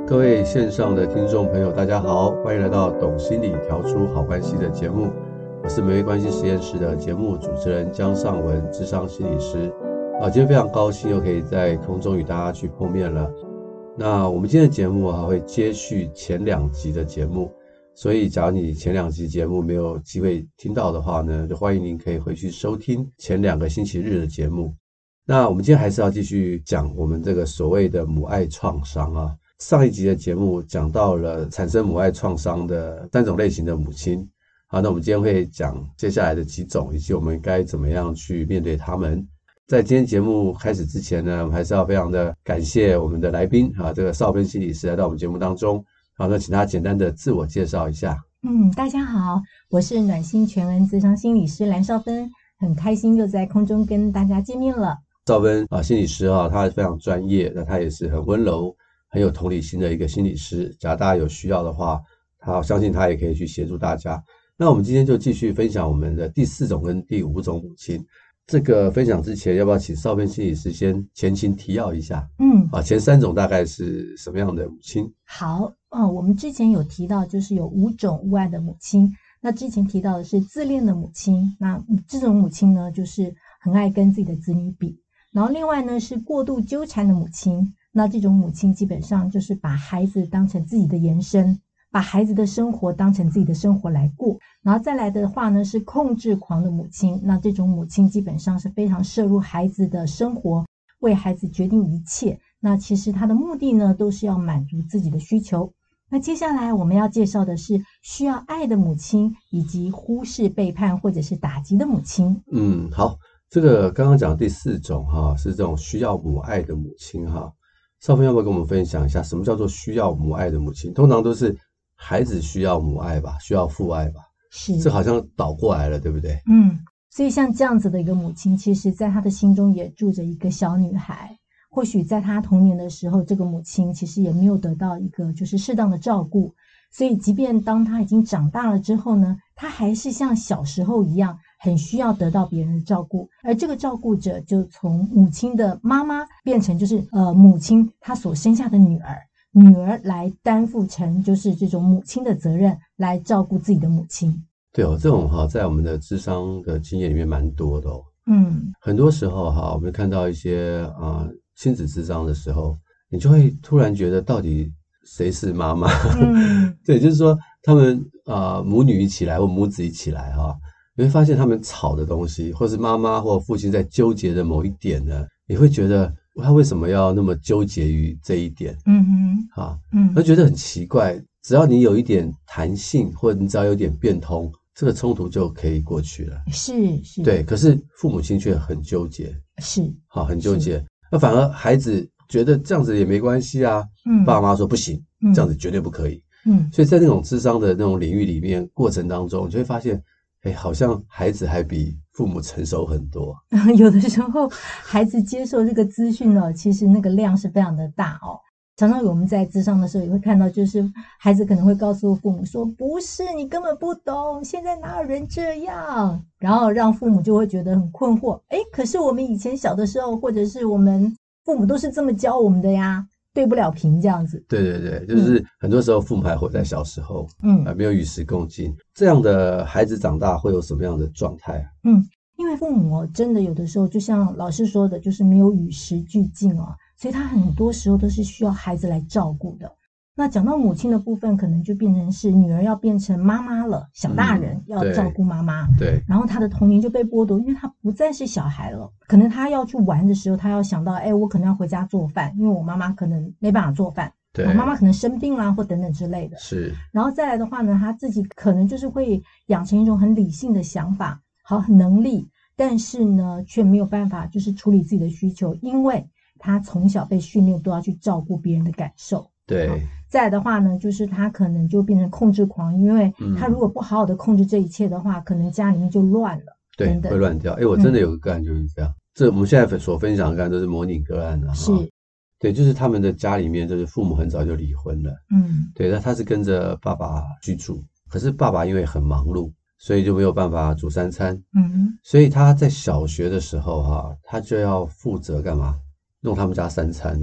各位线上的听众朋友，大家好，欢迎来到懂心理调出好关系的节目。我是美味关系实验室的节目主持人江尚文，諮商心理师。今天非常高兴又可以在空中与大家去碰面了。那我们今天的节目会接续前2集的节目，所以假如你前2集节目没有机会听到的话呢，就欢迎您可以回去收听前2个星期日的节目。那我们今天还是要继续讲我们这个所谓的母爱创伤啊。上一集的节目讲到了产生母爱创伤的3种类型的母亲。好，那我们今天会讲接下来的几种，以及我们该怎么样去面对他们。在今天节目开始之前呢，我们还是要非常的感谢我们的来宾这个少芬心理师来到我们节目当中。好，那请他简单的自我介绍一下。 大家好，我是暖心全恩諮商心理师蓝少芬，很开心又在空中跟大家见面了。 少芬心理师他非常专业，那他也是很温柔很有同理心的一个心理师，假如大家有需要的话，相信他也可以去协助大家。那我们今天就继续分享我们的第4种跟第5种母亲。这个分享之前，要不要请少芬心理师先前情提要一下？前3种大概是什么样的母亲？ 好，我们之前有提到就是有5种无爱的母亲。那之前提到的是自恋的母亲，那这种母亲呢，就是很爱跟自己的子女比。然后另外呢是过度纠缠的母亲，那这种母亲基本上就是把孩子当成自己的延伸，把孩子的生活当成自己的生活来过。然后再来的话呢是控制狂的母亲，那这种母亲基本上是非常摄入孩子的生活，为孩子决定一切，那其实她的目的呢都是要满足自己的需求。那接下来我们要介绍的是需要爱的母亲，以及忽视背叛或者是打击的母亲。 好，这个刚刚讲的第4种是这种需要母爱的母亲少芬要不要跟我们分享一下什么叫做需要母爱的母亲？通常都是孩子需要母爱吧，需要父爱吧， 是， 这好像倒过来了，对不对？ 所以像这样子的一个母亲，其实在她的心中也住着一个小女孩，或许在她童年的时候，这个母亲其实也没有得到一个就是适当的照顾，所以即便当她已经长大了之后呢，她还是像小时候一样很需要得到别人的照顾，而这个照顾者就从母亲的妈妈变成就是母亲她所生下的女儿来担负成就是这种母亲的责任，来照顾自己的母亲。 对这种在我们的諮商的经验里面蛮多的很多时候我们看到一些亲子諮商的时候，你就会突然觉得到底谁是妈妈？对，就是说他们母女一起来或母子一起来你会发现他们吵的东西，或是妈妈或父亲在纠结的某一点呢，你会觉得他为什么要那么纠结于这一点？会觉得很奇怪。只要你有一点弹性，或者你只要有点变通，这个冲突就可以过去了。 是， 对。可是父母亲却很纠结，很纠结。那反而孩子觉得这样子也没关系啊，爸妈说不行，这样子绝对不可以。所以在那种諮商的那种领域里面，过程当中，你就会发现，好像孩子还比父母成熟很多。 有的时候孩子接受这个资讯其实那个量是非常的大常常我们在諮商的时候也会看到，就是孩子可能会告诉父母说，不是，你根本不懂，现在哪有人这样，然后让父母就会觉得很困惑。可是我们以前小的时候，或者是我们父母都是这么教我们的呀，对不了屏这样子。 对，就是很多时候父母还活在小时候，没有与时共进。这样的孩子长大会有什么样的状态因为父母真的有的时候就像老师说的，就是没有与时俱进所以他很多时候都是需要孩子来照顾的。那讲到母亲的部分，可能就变成是女儿要变成妈妈了，小大人要照顾妈妈， 对， 然后她的童年就被剥夺，因为她不再是小孩了。可能她要去玩的时候，她要想到，我可能要回家做饭，因为我妈妈可能没办法做饭， 对， 我妈妈可能生病啦或等等之类的。 是， 然后再来的话呢，她自己可能就是会养成一种很理性的想法，很能力，但是呢，却没有办法就是处理自己的需求，因为他从小被训练都要去照顾别人的感受。 对， 再来的话呢，就是他可能就变成控制狂，因为他如果不好好的控制这一切的话，可能家里面就乱了， 对， 等等会乱掉。我真的有个个案就是这样。这我们现在所分享的个案都是模拟个案是， 对，就是他们的家里面就是父母很早就离婚了，对，那他是跟着爸爸居住，可是爸爸因为很忙碌，所以就没有办法煮3餐，所以他在小学的时候他就要负责干嘛？弄他们家3餐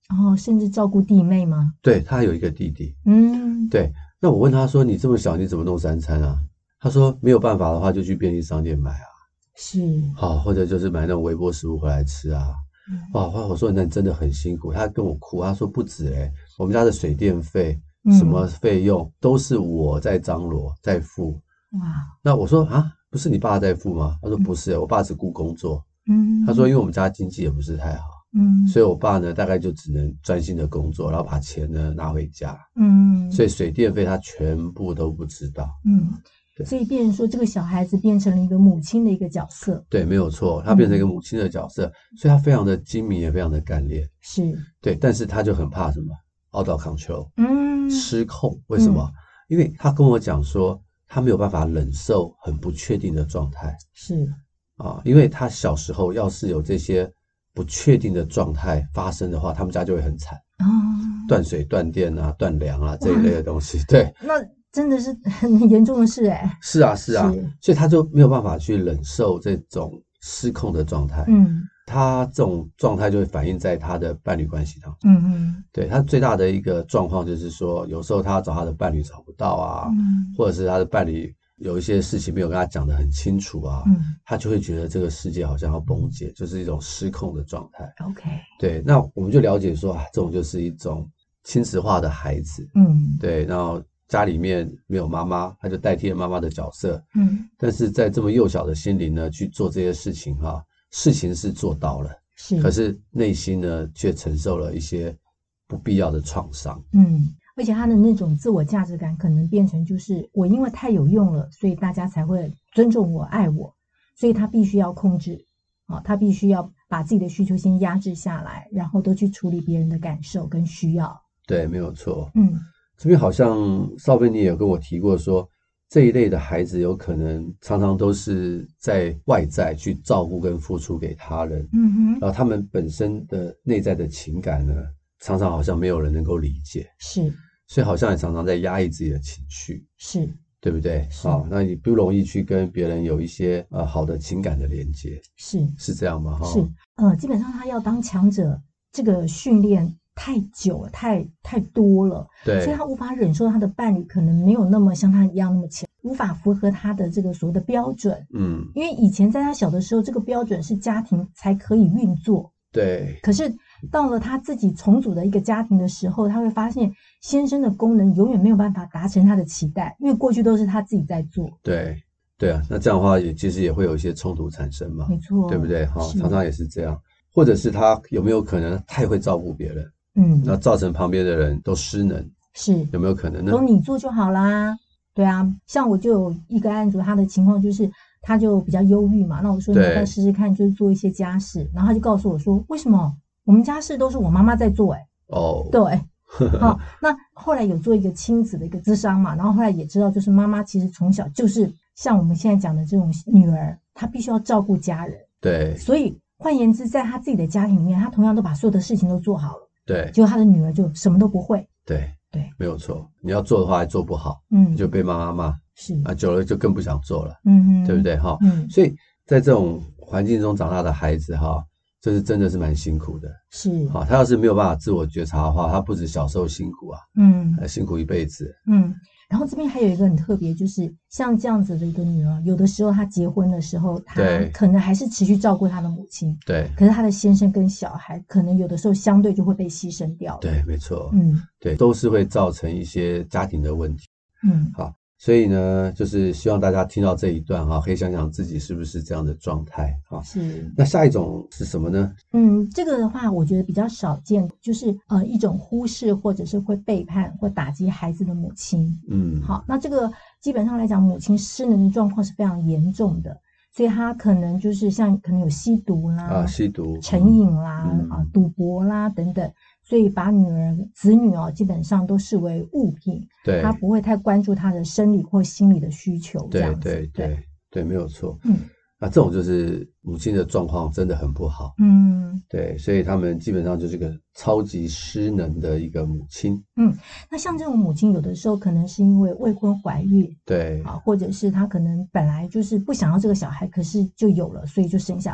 然后甚至照顾弟妹吗？ 对，他还有一个弟弟。 嗯， 对，那我问他说：“你这么小，你怎么弄3餐啊？”他说：“没有办法的话，就去便利商店买啊， 是， 好，或者就是买那种微波食物回来吃啊。”哇，我说：“那你真的很辛苦。”他跟我哭，他说：“不止我们家的水电费、什么费用都是我在张罗在付。” 哇， 那我说：“啊，不是你爸在付吗？”他说：“不是，我爸只顾工作。” 嗯， 他说：“因为我们家经济也不是太好。”所以我爸呢，大概就只能专心的工作，然后把钱呢拿回家。所以水电费他全部都不知道。 所以变成说这个小孩子变成了一个母亲的一个角色。 对，没有错，他变成一个母亲的角色，所以他非常的精明，也非常的干练。 是， 对，但是他就很怕什么 out of control，失控。为什么？因为他跟我讲说，他没有办法忍受很不确定的状态。 是啊，因为他小时候要是有这些不确定的状态发生的话，他们家就会很惨断水、断电啊、断粮啊这一类的东西。对， 那真的是很严重的事是啊，所以他就没有办法去忍受这种失控的状态。他这种状态就会反映在他的伴侣关系当中。对，他最大的一个状况就是说，有时候他找他的伴侣找不到啊，或者是他的伴侣有一些事情没有跟他讲得很清楚啊，他就会觉得这个世界好像要崩解，就是一种失控的状态。 OK， 对，那我们就了解说这种就是一种侵蚀化的孩子。对，然后家里面没有妈妈，他就代替了妈妈的角色。但是在这么幼小的心灵呢，去做这些事情事情是做到了，可是内心呢却承受了一些不必要的创伤。 而且他的那种自我价值感可能变成就是我因为太有用了，所以大家才会尊重我、爱我，所以他必须要控制他必须要把自己的需求先压制下来，然后都去处理别人的感受跟需要。 对，没有错。这边好像少飞你也有跟我提过说，这一类的孩子有可能常常都是在外在去照顾跟付出给他人，然后他们本身的内在的情感呢，常常好像没有人能够理解， 是， 所以好像也常常在压抑自己的情绪， 是， 对不对？那你不容易去跟别人有一些好的情感的连接，是这样吗？ 是，基本上他要当强者，这个训练太久了，太多了， 对， 所以他无法忍受他的伴侣可能没有那么像他一样那么强，无法符合他的这个所谓的标准。因为以前在他小的时候，这个标准是家庭才可以运作。 对， 可是到了他自己重组的一个家庭的时候，他会发现先生的功能永远没有办法达成他的期待，因为过去都是他自己在做。 对啊，那这样的话其实也会有一些冲突产生嘛， 没错， 对不对？常常也是这样，或者是他有没有可能太会照顾别人，那造成旁边的人都失能，有没有可能呢？ 都你做就好啦。对啊，像我就有一个案主，他的情况就是他就比较忧郁嘛，那我说你再试试看，就是做一些家事，然后他就告诉我说，为什么我们家事都是我妈妈在做？对。好，那后来有做一个亲子的一个咨商嘛，然后后来也知道，就是妈妈其实从小就是像我们现在讲的这种女儿，她必须要照顾家人， 对， 所以换言之，在她自己的家庭里面，她同样都把所有的事情都做好了， 对， 结果她的女儿就什么都不会， 对，没有错，你要做的话还做不好，就被妈妈骂， 是久了就更不想做了，对不对？所以在这种环境中长大的孩子这是真的是蛮辛苦的， 是他要是没有办法自我觉察的话，他不止小时候辛苦辛苦一辈子。 然后这边还有一个很特别，就是像这样子的一个女儿，有的时候她结婚的时候，她可能还是持续照顾她的母亲， 对， 可是她的先生跟小孩可能有的时候相对就会被牺牲掉了， 对，没错，对，都是会造成一些家庭的问题，好。所以呢，就是希望大家听到这一段可以想想自己是不是这样的状态是。 那下一种是什么呢？ 这个的话，我觉得比较少见，就是一种忽视或者是会背叛或打击孩子的母亲。好，那这个基本上来讲，母亲失能的状况是非常严重的，所以她可能就是像可能有吸毒啦、成瘾啦、赌博啦等等。所以把子女基本上都视为物品， 对， 他不会太关注他的生理或心理的需求，这样子。 对，没有错。那这种就是母亲的状况真的很不好。对，所以他们基本上就是个超级失能的一个母亲。 那像这种母亲，有的时候可能是因为未婚怀孕， 对， 或者是她可能本来就是不想要这个小孩，可是就有了，所以就生下来。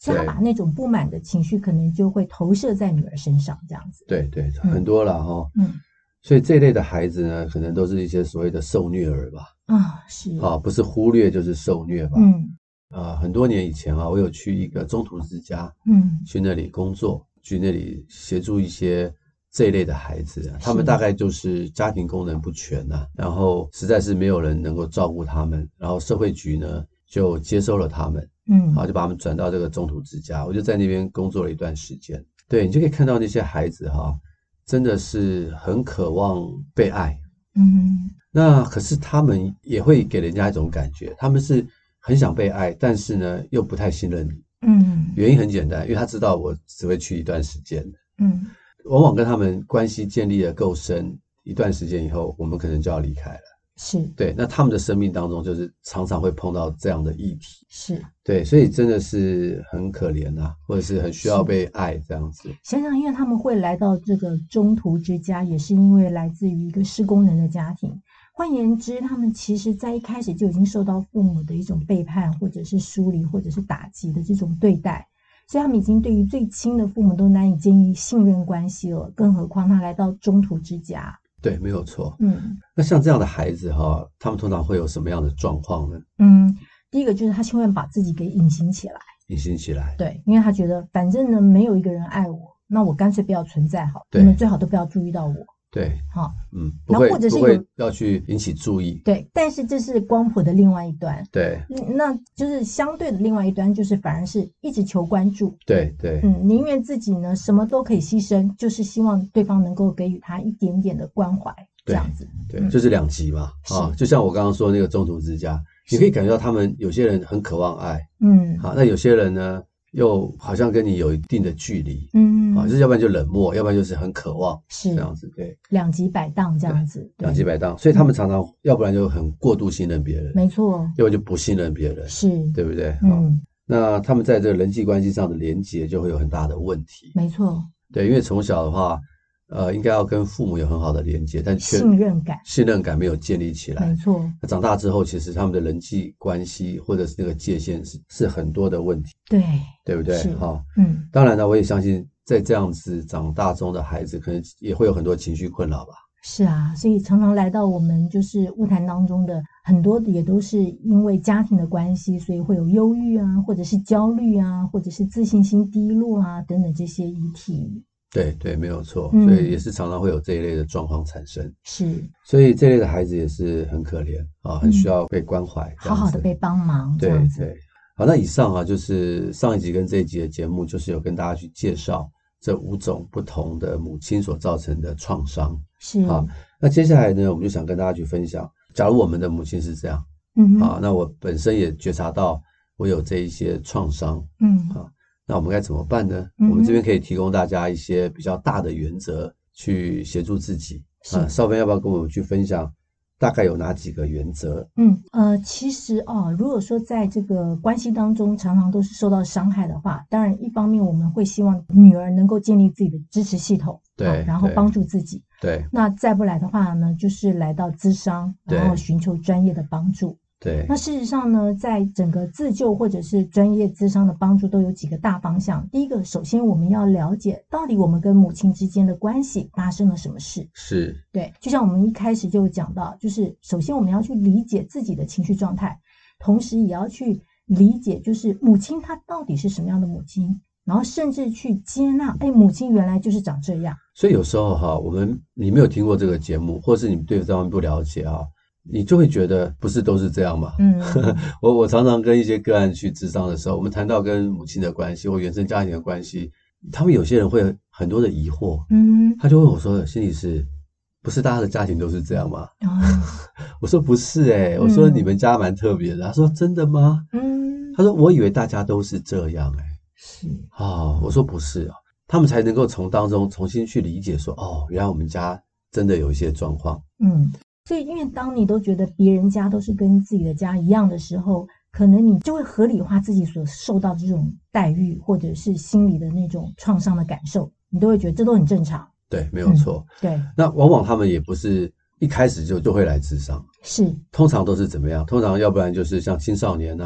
所以他把那种不满的情绪可能就会投射在女儿身上，这样子。 对对，很多啦齁。所以这一类的孩子呢，可能都是一些所谓的受虐儿吧。 是。 不是忽略就是受虐吧。很多年以前我有去一个中途之家，去那里工作，去那里协助一些这一类的孩子，他们大概就是家庭功能不全然后实在是没有人能够照顾他们，然后社会局呢就接收了他们，就把他们转到这个中途之家，我就在那边工作了一段时间。对，你就可以看到那些孩子真的是很渴望被爱，那可是他们也会给人家一种感觉，他们是很想被爱，但是呢又不太信任你。原因很简单，因为他知道我只会去一段时间的。往往跟他们关系建立的够深，一段时间以后，我们可能就要离开了。 是。 对，那他们的生命当中就是常常会碰到这样的议题。 是。 对，所以真的是很可怜或者是很需要被爱这样子。 想想，因为他们会来到这个中途之家，也是因为来自于一个失功能的家庭。换言之，他们其实在一开始就已经受到父母的一种背叛，或者是疏离，或者是打击的这种对待。所以他们已经对于最亲的父母都难以建立信任关系了，更何况他来到中途之家。 对，没有错。那像这样的孩子他们通常会有什么样的状况呢？ 第一个就是他希望把自己给隐形起来。隐形起来。 对，因为他觉得反正呢没有一个人爱我，那我干脆不要存在好，你们最好都不要注意到我。 对， 然后或者是不会要去引起注意。 对，但是这是光谱的另外一端。 对， 那就是相对的另外一端，就是反而是一直求关注。 对对， 宁愿自己呢什么都可以牺牲，就是希望对方能够给予他一点点的关怀，这样子。 对，就是两极嘛。就像我刚刚说那个中途之家，你可以感觉到他们有些人很渴望爱，那有些人呢又好像跟你有一定的距离，就是要不然就冷漠，要不然就是很渴望，是这样子。对， 两极摆荡这样子。 两极摆荡，所以他们常常要不然就很过度信任别人， 没错， 要不然就不信任别人， 是， 对不对？那他们在这个人际关系上的连结就会有很大的问题。 没错， 对，因为从小的话应该要跟父母有很好的连接，但却信任感没有建立起来。 没错， 长大之后，其实他们的人际关系或者是那个界限是很多的问题。 对， 对不对？当然呢，我也相信在这样子长大中的孩子，可能也会有很多情绪困扰吧。 是啊，所以常常来到我们就是晤谈当中的很多也都是因为家庭的关系，所以会有忧郁或者是焦虑或者是自信心低落等等这些议题。 对对，没有错，所以也是常常会有这一类的状况产生。 是， 所以这类的孩子也是很可怜很需要被关怀， 好好的被帮忙。 对对，好，那以上就是上一集跟这一集的节目，就是有跟大家去介绍这5种不同的母亲所造成的创伤。 是那接下来呢，我们就想跟大家去分享，假如我们的母亲是这样，那我本身也觉察到我有这一些创伤，那我们该怎么办呢？我们这边可以提供大家一些比较大的原则去协助自己。少芬要不要跟我们去分享大概有哪几个原则？ 其实如果说在这个关系当中常常都是受到伤害的话，当然一方面我们会希望女儿能够建立自己的支持系统， 对， 然后帮助自己。 对， 那再不来的话呢，就是来到咨商，然后寻求专业的帮助。 对， 那事实上呢，在整个自救或者是专业咨商的帮助都有几个大方向。第一个，首先我们要了解到底我们跟母亲之间的关系发生了什么事。 是， 对，就像我们一开始就讲到，就是首先我们要去理解自己的情绪状态，同时也要去理解就是母亲她到底是什么样的母亲，然后甚至去接纳母亲原来就是长这样。 所以有时候你没有听过这个节目，或是你对这方面不了解你就会觉得不是都是这样嘛？我常常跟一些个案去咨商的时候，我们谈到跟母亲的关系或原生家庭的关系，他们有些人会有很多的疑惑，他就问我说：“心理师，不是大家的家庭都是这样吗？”我说不是我说你们家蛮特别的。他说真的吗？他说我以为大家都是这样是我说不是他们才能够从当中重新去理解说原来我们家真的有一些状况。 所以因为当你都觉得别人家都是跟自己的家一样的时候，可能你就会合理化自己所受到的这种待遇或者是心理的那种创伤的感受，你都会觉得这都很正常。 对，没有错。 对， 那往往他们也不是一开始就会来咨商， 是通常都是怎么样？通常要不然就是像青少年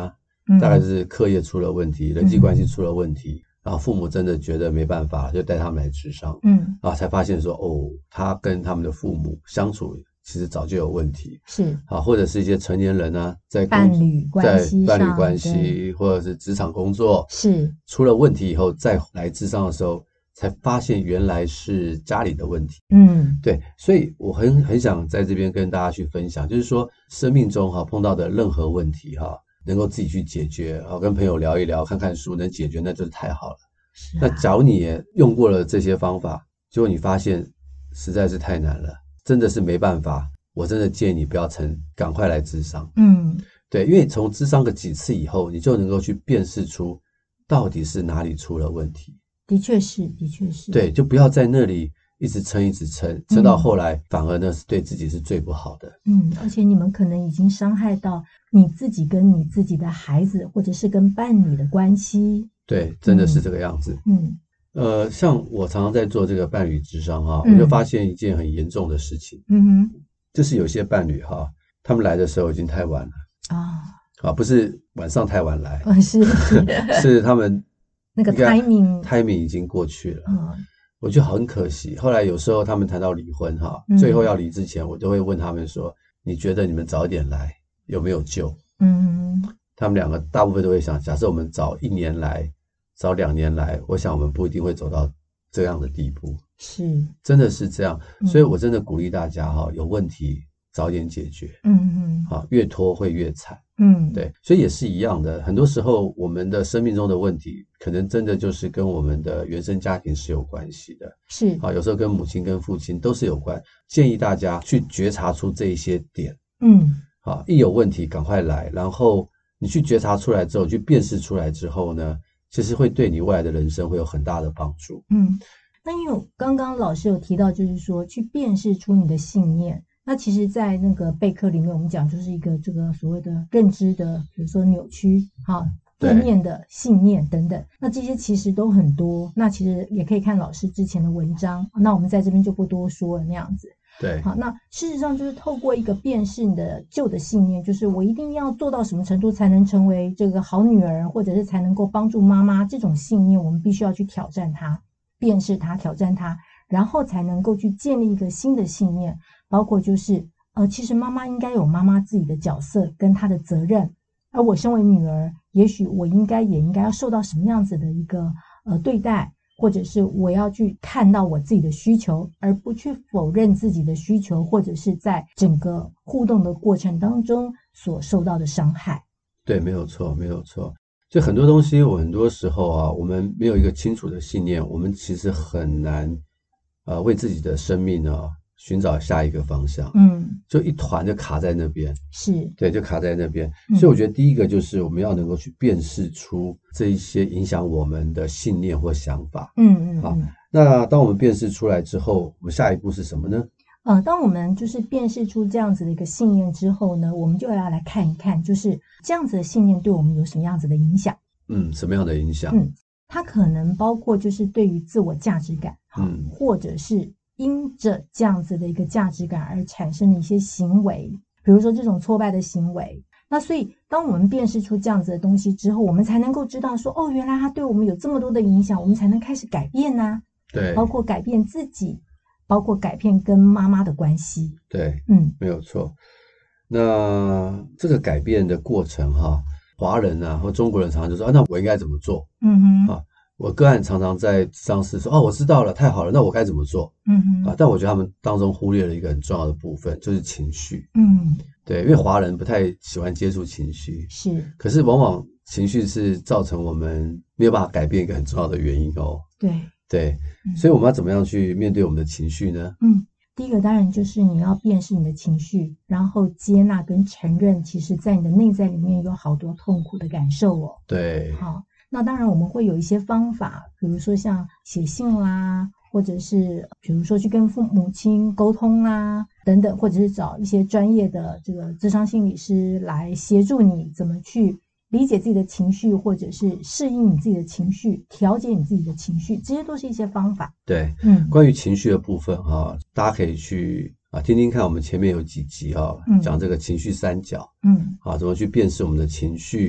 大概是课业出了问题，人际关系出了问题，然后父母真的觉得没办法，就带他们来咨商，然后才发现说，哦，他跟他们的父母相处其实早就有问题， 是啊，或者是一些成年人啊，在伴侣关系上， 在伴侣关系或者是职场工作是出了问题以后，再来咨商的时候，才发现原来是家里的问题。对，所以我很想在这边跟大家去分享，就是说生命中碰到的任何问题能够自己去解决，跟朋友聊一聊，看看书能解决，那就是太好了。那假如你也用过了这些方法，结果你发现实在是太难了，真的是没办法，我真的建议你不要赶快来咨商。对，因为从咨商个几次以后，你就能够去辨识出到底是哪里出了问题。 的确是。 对，就不要在那里一直撑到后来，反而呢是对自己是最不好的。 而且你们可能已经伤害到你自己跟你自己的孩子，或者是跟伴侣的关系。 对，真的是这个样子。像我常常在做这个伴侣咨商我就发现一件很严重的事情。就是有些伴侣他们来的时候已经太晚了不是晚上太晚来，是他们那个 timing 已经过去了。我觉得很可惜。后来有时候他们谈到离婚最后要离之前，我都会问他们说，你觉得你们早一点来有没有救？他们两个大部分都会想，假设我们早1年来，早2年来，我想我们不一定会走到这样的地步。 是， 真的是这样。所以我真的鼓励大家有问题早点解决。越拖会越惨。对，所以也是一样的。很多时候我们的生命中的问题，可能真的就是跟我们的原生家庭是有关系的。 是有时候跟母亲跟父亲都是有关。建议大家去觉察出这一些点。一有问题赶快来，然后你去觉察出来之后，去辨识出来之后呢，其实会对你未来的人生会有很大的帮助。 那因为刚刚老师有提到，就是说去辨识出你的信念。那其实在那个备课里面我们讲就是一个这个所谓的认知的，比如说扭曲负面的信念等等，那这些其实都很多。那其实也可以看老师之前的文章，那我们在这边就不多说了那样子。 对， 好，那事实上就是透过一个辨识你的旧的信念，就是我一定要做到什么程度才能成为这个好女儿，或者是才能够帮助妈妈，这种信念我们必须要去挑战它，辨识它，挑战它，然后才能够去建立一个新的信念。包括就是其实妈妈应该有妈妈自己的角色跟她的责任，而我身为女儿，也许我也应该要受到什么样子的一个对待，或者是我要去看到我自己的需求，而不去否认自己的需求，或者是在整个互动的过程当中所受到的伤害。 对，没有错。就很多东西，我很多时候我们没有一个清楚的信念，我们其实很难为自己的生命寻找下一个方向。就一团就卡在那边。 是， 对，就卡在那边。所以我觉得第一个就是我们要能够去辨识出这一些影响我们的信念或想法。好，那当我们辨识出来之后，我们下一步是什么呢？ 当我们就是辨识出这样子的一个信念之后呢，我们就要来看一看，就是这样子的信念对我们有什么样子的影响。 什么样的影响？ 它可能包括就是对于自我价值感，或者是因着这样子的一个价值感而产生的一些行为，比如说这种挫败的行为。那所以当我们辨识出这样子的东西之后，我们才能够知道说，原来它对我们有这么多的影响，我们才能开始改变啊。 对， 包括改变自己，包括改变跟妈妈的关系。 对，没有错。那这个改变的过程华人或中国人常常就说那我应该怎么做？我个案常常在上司说我知道了，太好了，那我该怎么做？但我觉得他们当中忽略了一个很重要的部分，就是情绪。对，因为华人不太喜欢接触情绪， 是， 可是往往情绪是造成我们没有办法改变一个很重要的原因对，所以我们要怎么样去面对我们的情绪呢？ 第一个当然就是你要辨识你的情绪，然后接纳跟承认，其实在你的内在里面有好多痛苦的感受对， 好，那当然我们会有一些方法，比如说像写信啦，或者是比如说去跟母亲沟通啦等等，或者是找一些专业的这个諮商心理师来协助你怎么去理解自己的情绪，或者是适应你自己的情绪，调节你自己的情绪，这些都是一些方法。 对，关于情绪的部分大家可以去听听看我们前面有几集讲这个情绪三角，怎么去辨识我们的情绪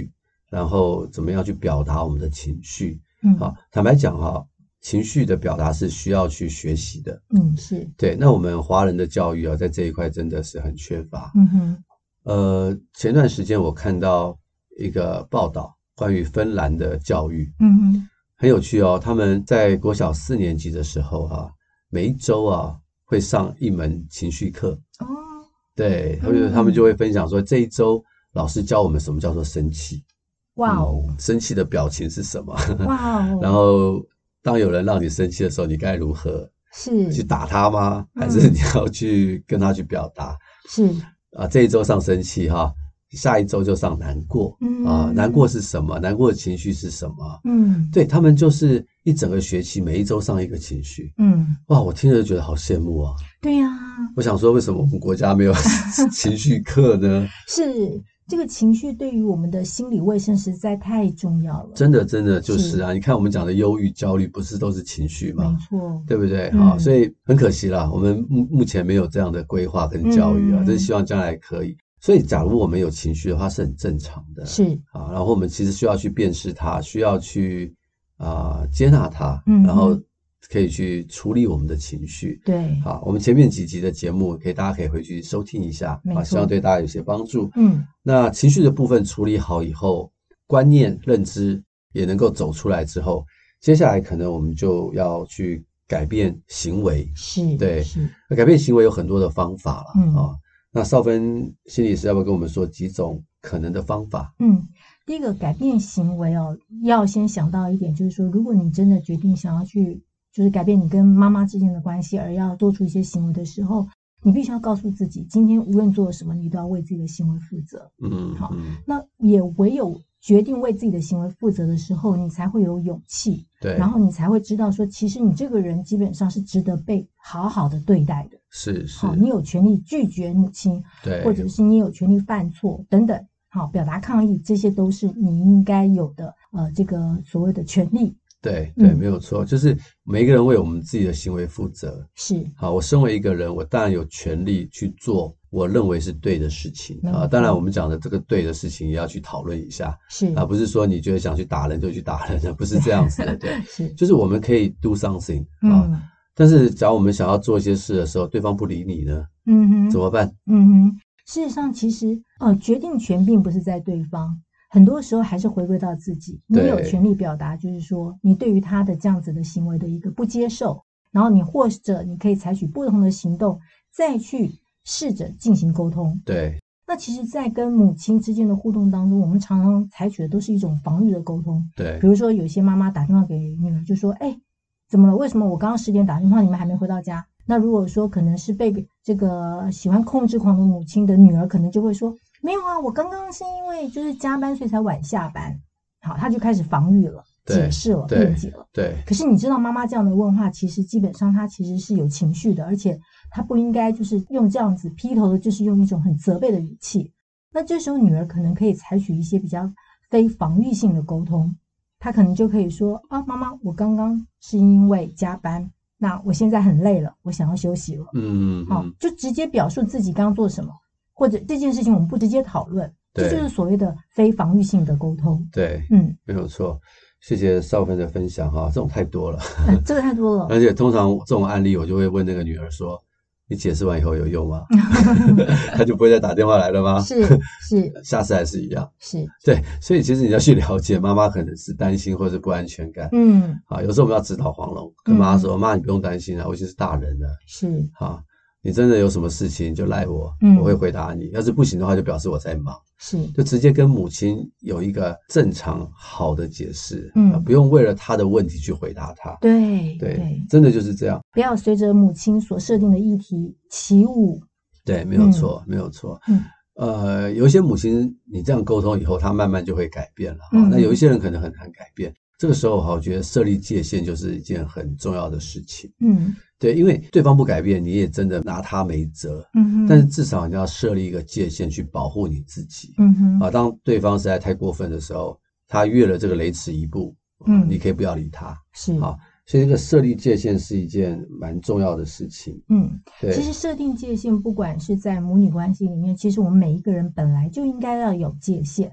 然后怎么样去表达我们的情绪。 好， 坦白讲情绪的表达是需要去学习的。 是对。那我们华人的教育在这一块真的是很缺乏。前段时间我看到一个报道，关于芬兰的教育。很有趣他们在国小4年级的时候每一周会上一门情绪课。对，他们就会分享说这一周老师教我们什么叫做生气。哇哦，生气的表情是什么？哇哦，然后当有人让你生气的时候，你该如何？是去打他吗？还是你要去跟他去表达？是这一周上生气下一周就上难过。难过是什么？难过的情绪是什么？对，他们就是一整个学期每一周上一个情绪。哇，我听着就觉得好羡慕啊。对呀，我想说为什么我们国家没有情绪课呢？是，这个情绪对于我们的心理卫生实在太重要了。真的就是你看我们讲的忧郁焦虑不是都是情绪吗？没错，对不对？所以很可惜啦，我们目前没有这样的规划跟教育真是希望将来可以。所以假如我们有情绪的话是很正常的。是然后我们其实需要去辨识它，需要去接纳它，然后可以去处理我们的情绪。对，好，我们前面几集的节目大家可以回去收听一下，希望对大家有些帮助。那情绪的部分处理好以后，观念认知也能够走出来之后，接下来可能我们就要去改变行为。是，对，改变行为有很多的方法了。那少芬心理师要不要跟我们说几种可能的方法？第一个改变行为要先想到一点，就是说如果你真的决定想要去就是改变你跟妈妈之间的关系，而要做出一些行为的时候，你必须要告诉自己，今天无论做了什么，你都要为自己的行为负责。好，那也唯有决定为自己的行为负责的时候，你才会有勇气。对，然后你才会知道说，其实你这个人基本上是值得被好好的对待的。是，好，你有权利拒绝母亲，对，或者是你有权利犯错等等。好，表达抗议，这些都是你应该有的这个所谓的权利。对，没有错，就是每一个人为我们自己的行为负责。是，好，我身为一个人，我当然有权利去做我认为是对的事情当然我们讲的这个对的事情也要去讨论一下。是不是说你觉得想去打人就去打人的，不是这样子的。对，是，就是我们可以 do something 但是假如我们想要做一些事的时候，对方不理你呢？怎么办？事实上其实决定权并不是在对方，很多时候还是回归到自己。你有权利表达，就是说你对于他的这样子的行为的一个不接受，然后你或者你可以采取不同的行动，再去试着进行沟通。对，那其实在跟母亲之间的互动当中，我们常常采取的都是一种防御的沟通。对，比如说有些妈妈打电话给女儿就说，怎么了？为什么我刚刚10点打电话你们还没回到家？那如果说可能是被这个喜欢控制狂的母亲的女儿，可能就会说，没有啊，我刚刚是因为就是加班所以才晚下班。好，她就开始防御了，解释了，辩解了。对。可是你知道妈妈这样的问话，其实基本上她其实是有情绪的，而且她不应该就是用这样子劈头的，就是用一种很责备的语气。那这时候女儿可能可以采取一些比较非防御性的沟通，她可能就可以说，妈妈，我刚刚是因为加班，那我现在很累了，我想要休息了。好，就直接表述自己刚刚做什么，或者这件事情我们不直接讨论，这就是所谓的非防御性的沟通。对，没有错。谢谢少芬的分享这种太多了，这个太多了。而且通常这种案例，我就会问那个女儿说，你解释完以后有用吗？他就不会再打电话来了吗？是，下次还是一样。是，对，所以其实你要去了解妈妈可能是担心或者不安全感。有时候我们要指导黄龙，跟妈妈说，妈，你不用担心我已经是大人了。是，好，你真的有什么事情就赖我，我会回答你。要是不行的话，就表示我在忙。是，就直接跟母亲有一个正常好的解释，不用为了她的问题去回答她。对，真的就是这样，不要随着母亲所设定的议题起舞。对，没有错，没有错。有一些母亲你这样沟通以后，她慢慢就会改变了。那有一些人可能很难改变，这个时候我觉得设立界限就是一件很重要的事情。对，因为对方不改变，你也真的拿他没辙。但是至少你要设立一个界限去保护你自己。当对方实在太过分的时候，他越了这个雷池一步，你可以不要理他。是，所以这个设立界限是一件蛮重要的事情。对，其实设定界限，不管是在母女关系里面，其实我们每一个人本来就应该要有界限。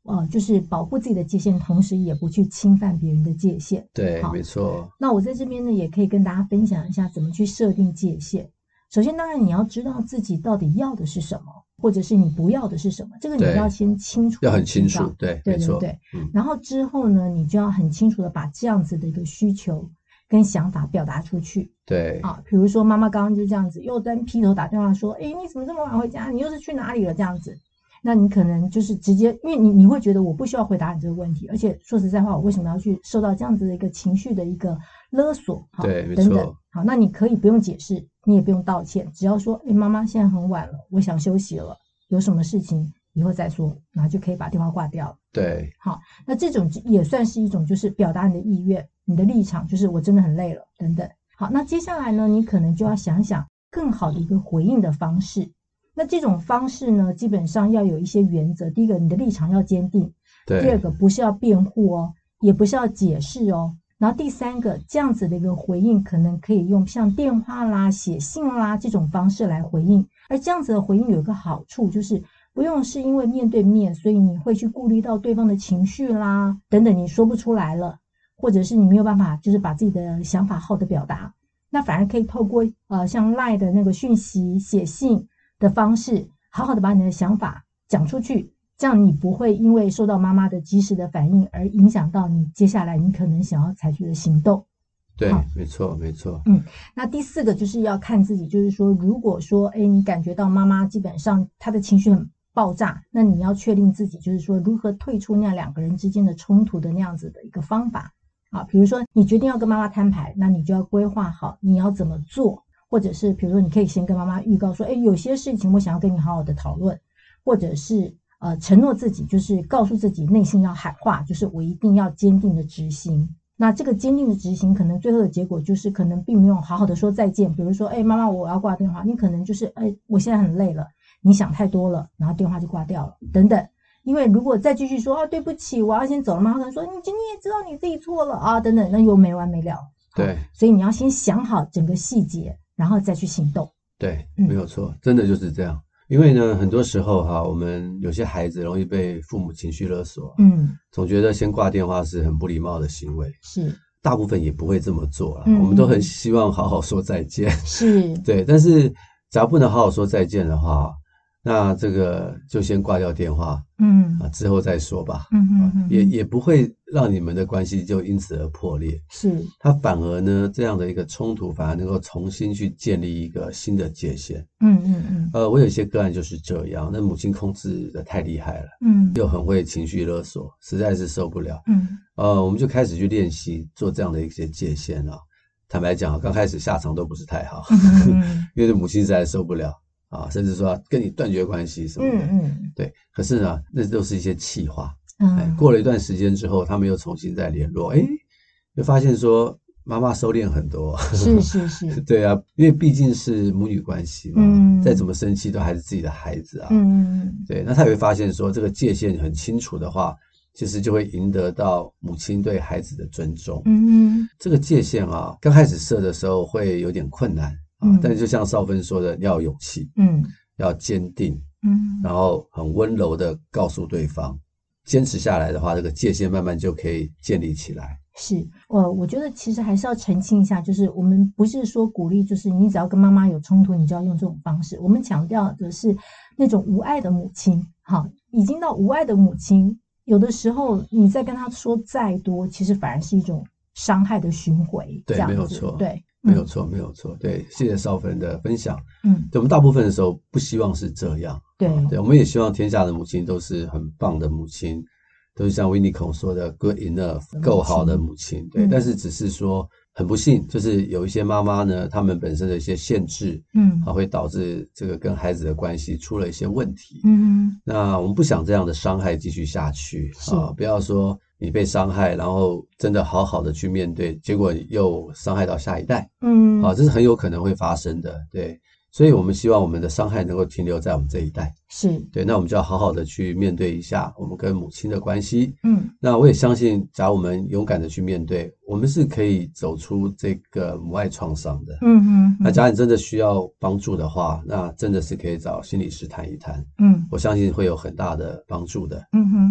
就是保护自己的界限，同时也不去侵犯别人的界限。 对，没错。 那我在这边呢，也可以跟大家分享一下怎么去设定界限。首先，当然你要知道自己到底要的是什么，或者是你不要的是什么，这个你要先清楚， 要很清楚，对， 对对对。然后之后呢，你就要很清楚的把这样子的一个需求跟想法表达出去。 对啊，比如说妈妈刚刚就这样子，又在劈头打电话说，你怎么这么晚回家？你又是去哪里了？这样子。那你可能就是直接，因为你会觉得我不需要回答你这个问题，而且说实在话，我为什么要去受到这样子的一个情绪的一个勒索？ 对，没错。等等，好，那你可以不用解释，你也不用道歉，只要说，妈妈现在很晚了，我想休息了，有什么事情以后再说，然后就可以把电话挂掉了。 对， 好，那这种也算是一种就是表达你的意愿，你的立场，就是我真的很累了，等等。好，那接下来呢，你可能就要想想更好的一个回应的方式。那这种方式呢，基本上要有一些原则。第一个，你的立场要坚定；第二个，不是要辩护哦，也不是要解释哦。然后第三个，这样子的一个回应，可能可以用像电话啦、写信啦这种方式来回应。而这样子的回应有一个好处，就是不用是因为面对面，所以你会去顾虑到对方的情绪啦等等，你说不出来了，或者是你没有办法就是把自己的想法好的表达，那反而可以透过像 LINE 的那个讯息、写信的方式，好好的把你的想法讲出去，这样你不会因为受到妈妈的及时的反应而影响到你接下来你可能想要采取的行动。 对，没错没错。 那第四个就是要看自己，就是说如果说你感觉到妈妈基本上她的情绪很爆炸，那你要确定自己就是说如何退出那两个人之间的冲突的那样子的一个方法啊。比如说你决定要跟妈妈摊牌，那你就要规划好你要怎么做，或者是比如说你可以先跟妈妈预告说，有些事情我想要跟你好好的讨论，或者是承诺自己，就是告诉自己内心要喊话，就是我一定要坚定的执行。那这个坚定的执行，可能最后的结果就是可能并没有好好的说再见。比如说，妈妈，我要挂电话，你可能就是我现在很累了，你想太多了，然后电话就挂掉了，等等。因为如果再继续说对不起，我要先走了，妈妈可能说你也知道你自己错了啊，等等，那又没完没了。 对， 所以你要先想好整个细节，然后再去行动。 对，没有错，真的就是这样。因为呢，很多时候我们有些孩子容易被父母情绪勒索，总觉得先挂电话是很不礼貌的行为， 是， 大部分也不会这么做啦。我们都很希望好好说再见， 是， 对。但是只要不能好好说再见的话，那这个就先挂掉电话，之后再说吧，也不会让你们的关系就因此而破裂， 是， 它反而呢，这样的一个冲突反而能够重新去建立一个新的界限，我有一些个案就是这样，那母亲控制的太厉害了，又很会情绪勒索，实在是受不了，我们就开始去练习做这样的一些界限啊。坦白讲，刚开始下场都不是太好，因为母亲实在受不了。甚至说跟你断绝关系什么的，对。可是呢，那都是一些气话。过了一段时间之后，他们又重新再联络，就发现说妈妈收敛很多。 是， 对啊，因为毕竟是母女关系嘛，再怎么生气都还是自己的孩子啊。对，那他也会发现说这个界限很清楚的话，其实就会赢得到母亲对孩子的尊重。这个界限刚开始设的时候会有点困难。但是就像少芬说的，要有勇气，要坚定，然后很温柔的告诉对方，坚持下来的话，这个界限慢慢就可以建立起来。 是，我觉得其实还是要澄清一下，就是我们不是说鼓励，就是你只要跟妈妈有冲突，你就要用这种方式。我们强调的是那种无爱的母亲，已经到无爱的母亲，有的时候你再跟她说再多，其实反而是一种伤害的巡回。 对， 这样子没有错， 对。 没有错，没有错。对，谢谢少芬的分享。对，我们大部分的时候不希望是这样。 对， 我们也希望天下的母亲都是很棒的母亲，都是像维尼孔说的 good enough 够好的母亲。对，但是只是说很不幸，就是有一些妈妈呢，她们本身的一些限制，会导致这个跟孩子的关系出了一些问题。那我们不想这样的伤害继续下去不要说你被伤害，然后真的好好的去面对，结果又伤害到下一代，这是很有可能会发生的，对。所以我们希望我们的伤害能够停留在我们这一代， 是对。那我们就要好好的去面对一下我们跟母亲的关系，那我也相信，假如我们勇敢的去面对，我们是可以走出这个母爱创伤的，那假如你真的需要帮助的话，那真的是可以找心理师谈一谈，我相信会有很大的帮助的，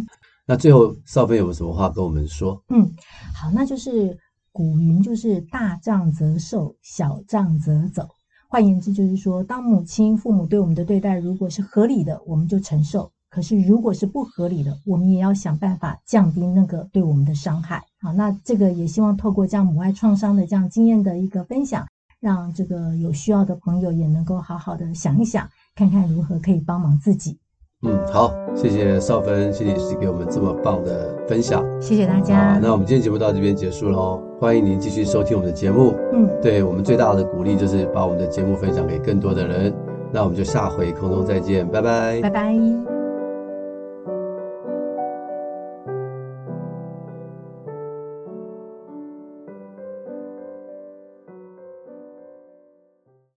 那最后少芬有没有什么话跟我们说？ 好，那就是古云就是大丈则受，小丈则走。换言之就是说，当父母对我们的对待如果是合理的，我们就承受；可是如果是不合理的，我们也要想办法降低那个对我们的伤害。好，那这个也希望透过这样母爱创伤的这样经验的一个分享，让这个有需要的朋友也能够好好的想一想，看看如何可以帮忙自己。 好，谢谢少芬心理师给我们这么棒的分享， 谢谢大家。 那我们今天节目到这边结束咯，欢迎您继续收听我们的节目。对我们最大的鼓励就是把我们的节目分享给更多的人。那我们就下回空中再见，拜拜， 拜拜。